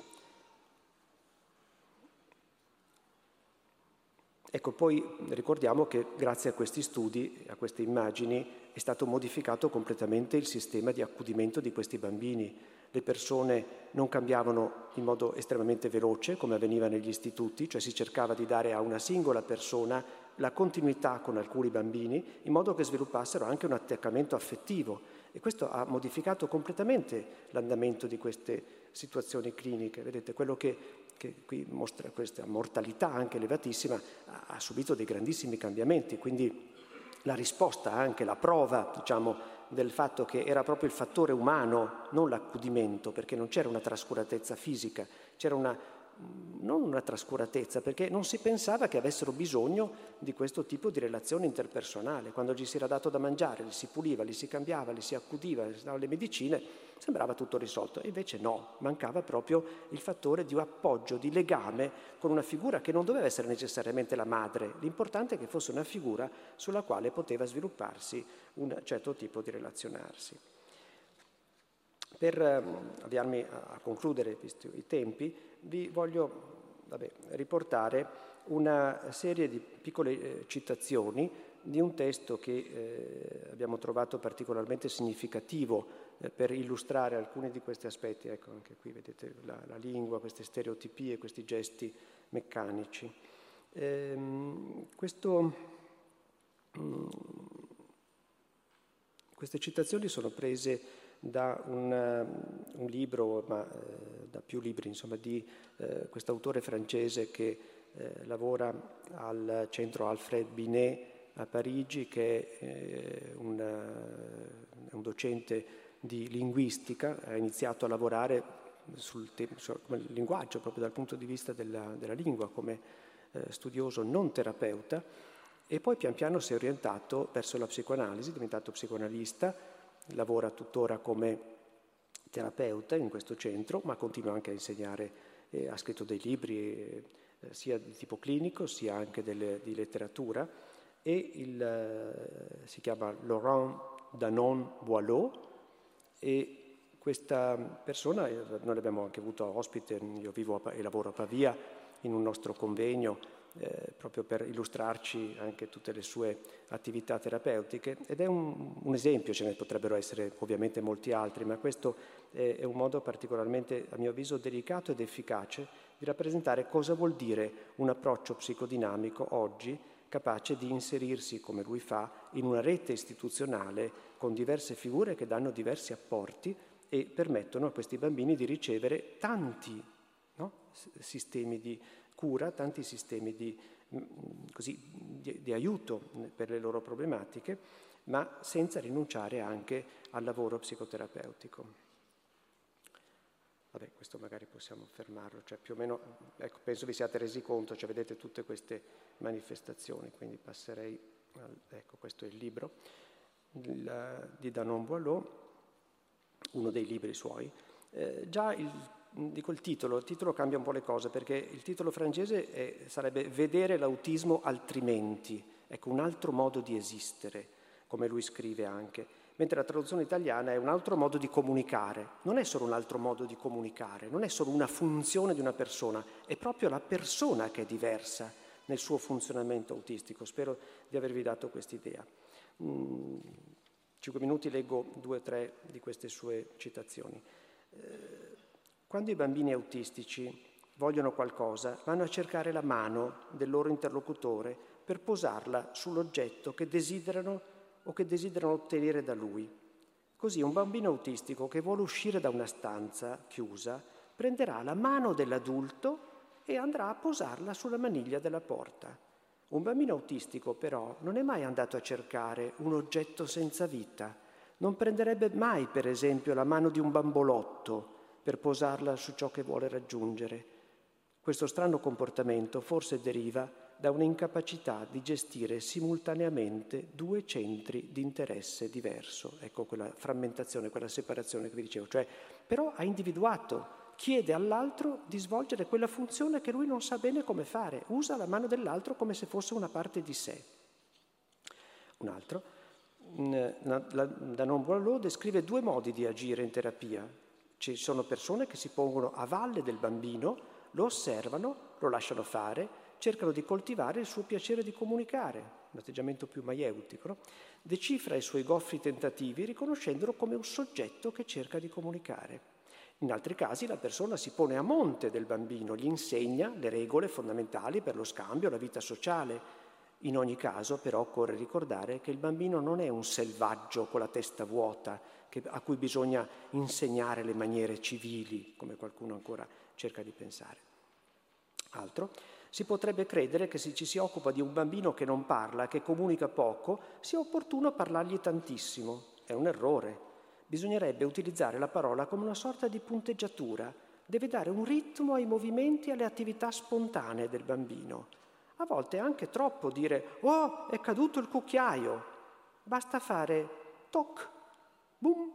Ecco, poi ricordiamo che grazie a questi studi, a queste immagini, è stato modificato completamente il sistema di accudimento di questi bambini. Le persone non cambiavano in modo estremamente veloce, come avveniva negli istituti, cioè si cercava di dare a una singola persona la continuità con alcuni bambini, in modo che sviluppassero anche un attaccamento affettivo. E questo ha modificato completamente l'andamento di queste situazioni cliniche. Vedete, quello che qui mostra questa mortalità anche elevatissima, ha subito dei grandissimi cambiamenti, quindi la risposta, anche la prova, diciamo, del fatto che era proprio il fattore umano, non l'accudimento, perché non c'era una trascuratezza fisica, c'era non una trascuratezza, perché non si pensava che avessero bisogno di questo tipo di relazione interpersonale. Quando gli si era dato da mangiare, li si puliva, li si cambiava, li si accudiva, si davano le medicine, sembrava tutto risolto. E invece no, mancava proprio il fattore di un appoggio, di legame con una figura che non doveva essere necessariamente la madre. L'importante è che fosse una figura sulla quale poteva svilupparsi un certo tipo di relazionarsi. Per avviarmi a concludere, visti i tempi, vi voglio riportare una serie di piccole citazioni di un testo che abbiamo trovato particolarmente significativo per illustrare alcuni di questi aspetti. Ecco, anche qui vedete la lingua, queste stereotipie, questi gesti meccanici. Queste citazioni sono prese da un libro, ma da più libri, insomma, di quest'autore francese che lavora al centro Alfred Binet a Parigi, che è un docente di linguistica, ha iniziato a lavorare sul linguaggio proprio dal punto di vista della lingua come studioso non terapeuta, e poi pian piano si è orientato verso la psicoanalisi, è diventato psicoanalista, lavora tuttora come terapeuta in questo centro, ma continua anche a insegnare, ha scritto dei libri sia di tipo clinico sia anche di letteratura, e si chiama Laurent Danon-Boileau, e questa persona, noi l'abbiamo anche avuto ospite, io vivo e lavoro a Pavia, in un nostro convegno, proprio per illustrarci anche tutte le sue attività terapeutiche, ed è un esempio, ce ne potrebbero essere ovviamente molti altri, ma questo è un modo particolarmente, a mio avviso, delicato ed efficace di rappresentare cosa vuol dire un approccio psicodinamico oggi capace di inserirsi, come lui fa, in una rete istituzionale con diverse figure che danno diversi apporti e permettono a questi bambini di ricevere tanti sistemi di cura, tanti sistemi di aiuto per le loro problematiche, ma senza rinunciare anche al lavoro psicoterapeutico. Vabbè, questo magari possiamo fermarlo, cioè più o meno, ecco, penso vi siate resi conto, cioè vedete tutte queste manifestazioni, quindi passerei, ecco, questo è il libro di Danon-Boileau, uno dei libri suoi. Dico il titolo cambia un po' le cose, perché il titolo francese sarebbe Vedere l'autismo altrimenti, ecco, un altro modo di esistere, come lui scrive anche, mentre la traduzione italiana è un altro modo di comunicare. Non è solo un altro modo di comunicare, non è solo una funzione di una persona, è proprio la persona che è diversa nel suo funzionamento autistico. Spero di avervi dato quest'idea. 5 minuti leggo 2 o 3 di queste sue citazioni. Quando i bambini autistici vogliono qualcosa, vanno a cercare la mano del loro interlocutore per posarla sull'oggetto che desiderano o che desiderano ottenere da lui. Così un bambino autistico che vuole uscire da una stanza chiusa prenderà la mano dell'adulto e andrà a posarla sulla maniglia della porta. Un bambino autistico però non è mai andato a cercare un oggetto senza vita. Non prenderebbe mai, per esempio, la mano di un bambolotto per posarla su ciò che vuole raggiungere. Questo strano comportamento forse deriva da un'incapacità di gestire simultaneamente 2 centri di interesse diverso. Ecco quella frammentazione, quella separazione che vi dicevo. Cioè, però ha individuato, chiede all'altro di svolgere quella funzione che lui non sa bene come fare. Usa la mano dell'altro come se fosse una parte di sé. Un altro, Danon-Boileau descrive 2 modi di agire in terapia. Ci sono persone che si pongono a valle del bambino, lo osservano, lo lasciano fare, cercano di coltivare il suo piacere di comunicare, un atteggiamento più maieutico, no? Decifra i suoi goffi tentativi riconoscendolo come un soggetto che cerca di comunicare. In altri casi la persona si pone a monte del bambino, gli insegna le regole fondamentali per lo scambio, la vita sociale. In ogni caso però occorre ricordare che il bambino non è un selvaggio con la testa vuota a cui bisogna insegnare le maniere civili, come qualcuno ancora cerca di pensare. Altro, si potrebbe credere che se ci si occupa di un bambino che non parla, che comunica poco, sia opportuno parlargli tantissimo. È un errore. Bisognerebbe utilizzare la parola come una sorta di punteggiatura. Deve dare un ritmo ai movimenti e alle attività spontanee del bambino. A volte è anche troppo dire «Oh, è caduto il cucchiaio!» Basta fare «toc!» Boom!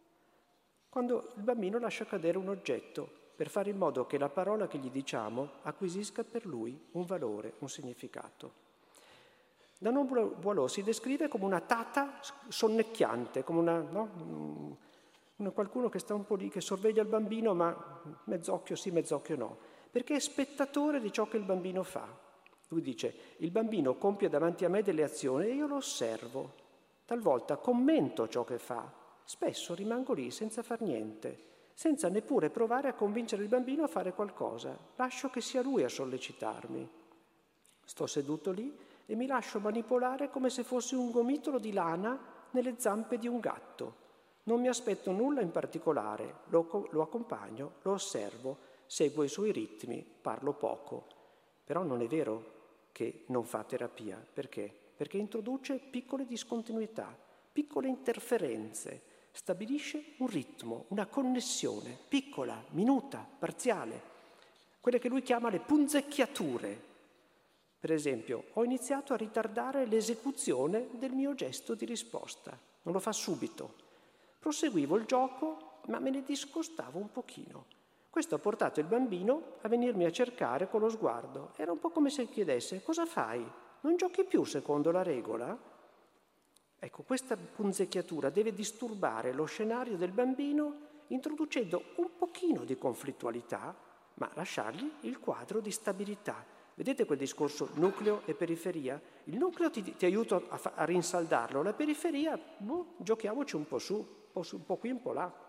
Quando il bambino lascia cadere un oggetto per fare in modo che la parola che gli diciamo acquisisca per lui un valore, un significato. Danon-Boileau si descrive come una tata sonnecchiante, come qualcuno che sta un po' lì, che sorveglia il bambino, ma mezz'occhio sì, mezz'occhio no, perché è spettatore di ciò che il bambino fa. Lui dice, il bambino compie davanti a me delle azioni e io lo osservo. Talvolta commento ciò che fa, spesso rimango lì senza far niente, senza neppure provare a convincere il bambino a fare qualcosa. Lascio che sia lui a sollecitarmi. Sto seduto lì e mi lascio manipolare come se fossi un gomitolo di lana nelle zampe di un gatto. Non mi aspetto nulla in particolare, lo accompagno, lo osservo, seguo i suoi ritmi, parlo poco. Però non è vero che non fa terapia. Perché? Perché introduce piccole discontinuità, piccole interferenze, Stabilisce un ritmo, una connessione piccola, minuta, parziale, quelle che lui chiama le punzecchiature. Per esempio, ho iniziato a ritardare l'esecuzione del mio gesto di risposta. Non lo fa subito. Proseguivo il gioco, ma me ne discostavo un pochino. Questo ha portato il bambino a venirmi a cercare con lo sguardo. Era un po' come se chiedesse: cosa fai? Non giochi più secondo la regola? Ecco, questa punzecchiatura deve disturbare lo scenario del bambino introducendo un pochino di conflittualità, ma lasciargli il quadro di stabilità. Vedete quel discorso nucleo e periferia? Il nucleo ti aiuta a rinsaldarlo, la periferia, giochiamoci un po' su, un po' qui, un po' là.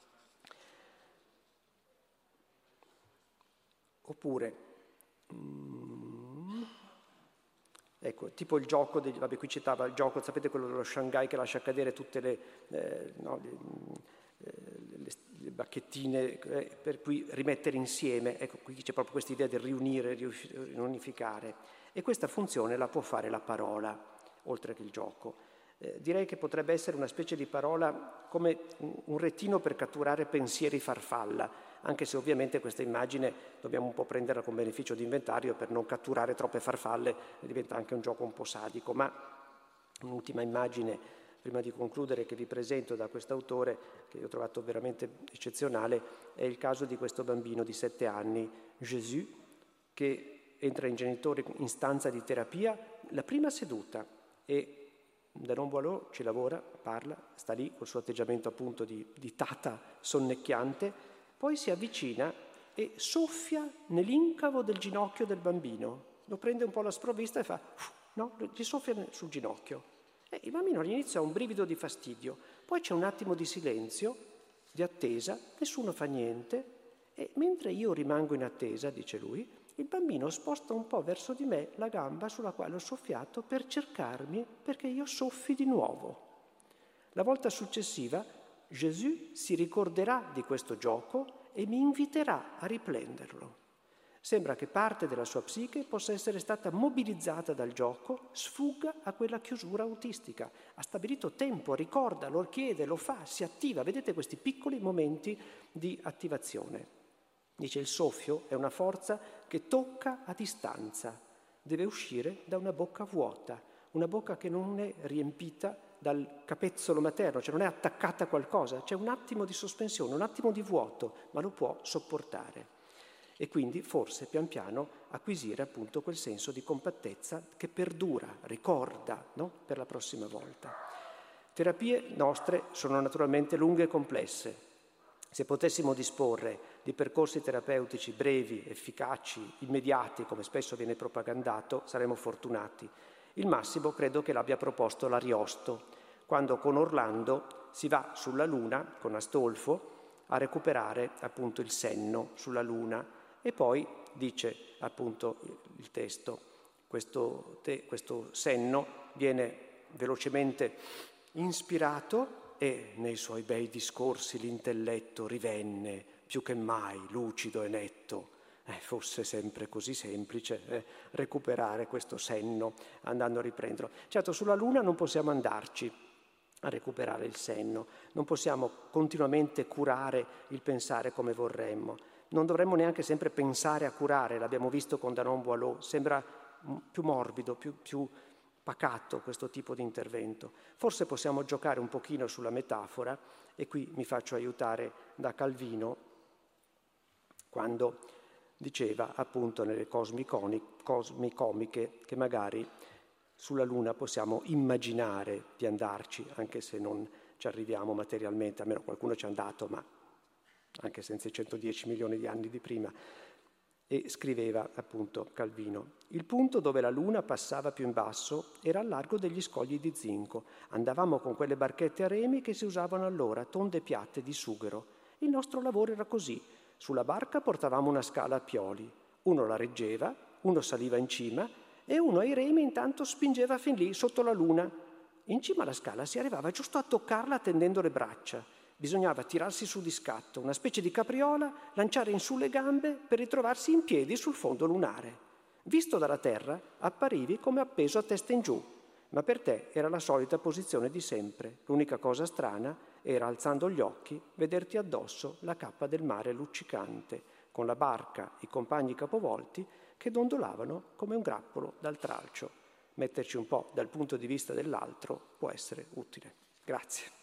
Oppure, ecco, tipo il gioco, qui citava il gioco, sapete quello dello Shanghai che lascia cadere tutte le bacchettine per cui rimettere insieme. Ecco, qui c'è proprio questa idea di riunire, riunificare. E questa funzione la può fare la parola, oltre che il gioco. Direi che potrebbe essere una specie di parola come un retino per catturare pensieri farfalla, anche se ovviamente questa immagine dobbiamo un po' prenderla con beneficio di inventario per non catturare troppe farfalle, diventa anche un gioco un po' sadico. Ma un'ultima immagine, prima di concludere, che vi presento da quest'autore, che ho trovato veramente eccezionale, è il caso di questo bambino di 7 anni, Gesù, che entra in genitore in stanza di terapia, la prima seduta, e Danon Boileau ci lavora, parla, sta lì col suo atteggiamento appunto di tata sonnecchiante, poi si avvicina e soffia nell'incavo del ginocchio del bambino, lo prende un po' alla sprovvista e fa, no, gli soffia sul ginocchio. E il bambino all'inizio ha un brivido di fastidio, poi c'è un attimo di silenzio, di attesa, nessuno fa niente, e mentre io rimango in attesa, dice lui, il bambino sposta un po' verso di me la gamba sulla quale ho soffiato per cercarmi perché io soffi di nuovo. La volta successiva Gesù si ricorderà di questo gioco e mi inviterà a riprenderlo. Sembra che parte della sua psiche possa essere stata mobilizzata dal gioco, sfugga a quella chiusura autistica. Ha stabilito tempo, ricorda, lo chiede, lo fa, si attiva. Vedete questi piccoli momenti di attivazione. Dice: il soffio è una forza che tocca a distanza, deve uscire da una bocca vuota, una bocca che non è riempita dal capezzolo materno, cioè non è attaccata a qualcosa, c'è un attimo di sospensione, un attimo di vuoto, ma lo può sopportare. E quindi forse pian piano acquisire appunto quel senso di compattezza che perdura, ricorda, no? Per la prossima volta. Terapie nostre sono naturalmente lunghe e complesse. Se potessimo disporre di percorsi terapeutici brevi, efficaci, immediati, come spesso viene propagandato, saremmo fortunati. Il massimo credo che l'abbia proposto l'Ariosto, quando con Orlando si va sulla Luna, con Astolfo, a recuperare appunto il senno sulla Luna. E poi dice appunto il testo, questo senno viene velocemente ispirato e nei suoi bei discorsi l'intelletto rivenne più che mai lucido e netto. Fosse sempre così semplice recuperare questo senno andando a riprenderlo. Certo, sulla Luna non possiamo andarci a recuperare il senno, non possiamo continuamente curare il pensare come vorremmo. Non dovremmo neanche sempre pensare a curare, l'abbiamo visto con Danon Boileau, sembra più morbido, più pacato questo tipo di intervento. Forse possiamo giocare un pochino sulla metafora, e qui mi faccio aiutare da Calvino, quando diceva appunto nelle cosmicomiche che magari sulla Luna possiamo immaginare di andarci, anche se non ci arriviamo materialmente, almeno qualcuno ci è andato, ma anche senza i 110 milioni di anni di prima. E scriveva appunto Calvino: il punto dove la Luna passava più in basso era al largo degli scogli di zinco. Andavamo con quelle barchette a remi che si usavano allora, tonde piatte di sughero. Il nostro lavoro era così: sulla barca portavamo una scala a pioli, uno la reggeva, uno saliva in cima e uno ai remi intanto spingeva fin lì sotto la Luna. In cima alla scala si arrivava giusto a toccarla tendendo le braccia. Bisognava tirarsi su di scatto, una specie di capriola, lanciare in su le gambe per ritrovarsi in piedi sul fondo lunare. Visto dalla terra, apparivi come appeso a testa in giù. Ma per te era la solita posizione di sempre. L'unica cosa strana era, alzando gli occhi, vederti addosso la cappa del mare luccicante, con la barca, i compagni capovolti, che dondolavano come un grappolo dal tralcio. Metterci un po' dal punto di vista dell'altro può essere utile. Grazie.